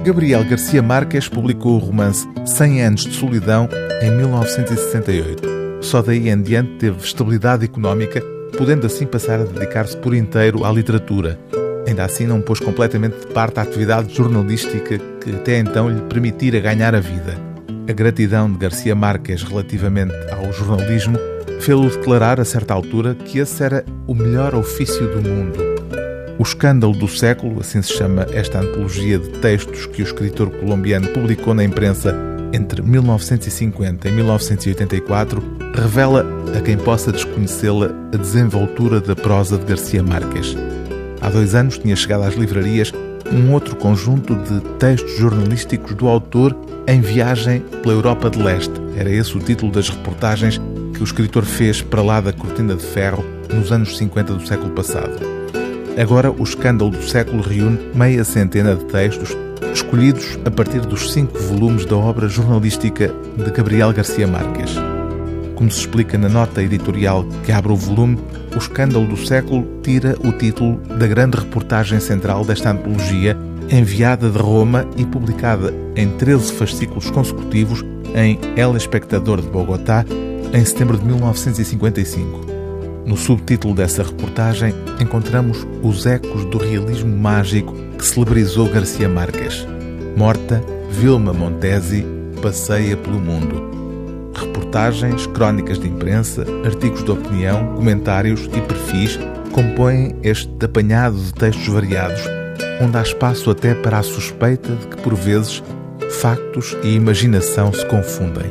Gabriel García Márquez publicou o romance 100 anos de solidão em 1968. Só daí em diante teve estabilidade económica, podendo assim passar a dedicar-se por inteiro à literatura. Ainda assim não pôs completamente de parte a atividade jornalística que até então lhe permitira ganhar a vida. A gratidão de García Márquez relativamente ao jornalismo fê-lo declarar a certa altura que esse era o melhor ofício do mundo. O Escândalo do Século, assim se chama esta antologia de textos que o escritor colombiano publicou na imprensa entre 1950 e 1984, revela a quem possa desconhecê-la a desenvoltura da prosa de García Márquez. Há 2 anos tinha chegado às livrarias um outro conjunto de textos jornalísticos do autor em viagem pela Europa de Leste. Era esse o título das reportagens que o escritor fez para lá da Cortina de Ferro nos anos 50 do século passado. Agora, o Escândalo do Século reúne meia centena de textos escolhidos a partir dos 5 volumes da obra jornalística de Gabriel García Márquez. Como se explica na nota editorial que abre o volume, o Escândalo do Século tira o título da grande reportagem central desta antologia, enviada de Roma e publicada em 13 fascículos consecutivos em El Espectador de Bogotá, em setembro de 1955. No subtítulo dessa reportagem encontramos os ecos do realismo mágico que celebrizou García Márquez. Morta, Vilma Montesi passeia pelo mundo. Reportagens, crónicas de imprensa, artigos de opinião, comentários e perfis compõem este apanhado de textos variados, onde há espaço até para a suspeita de que, por vezes, factos e imaginação se confundem.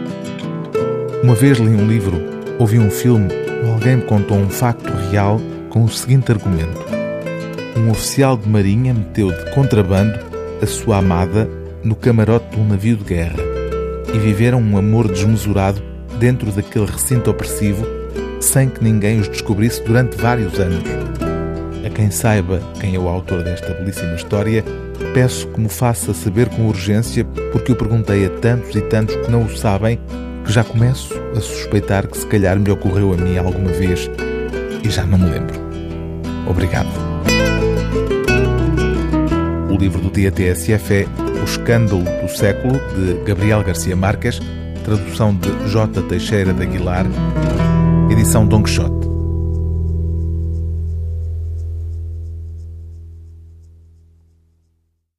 Uma vez li um livro, ouvi um filme, ou alguém me contou um facto real com o seguinte argumento: um oficial de marinha meteu de contrabando a sua amada no camarote de um navio de guerra e viveram um amor desmesurado dentro daquele recinto opressivo sem que ninguém os descobrisse durante vários anos. A quem saiba quem é o autor desta belíssima história, peço que me faça saber com urgência, porque eu perguntei a tantos e tantos que não o sabem, que já começo a suspeitar que se calhar me ocorreu a mim alguma vez e já não me lembro. Obrigado. O livro do dia TSF é O Escândalo do Século, de Gabriel García Márquez, tradução de J. Teixeira de Aguilar, edição Dom Quixote.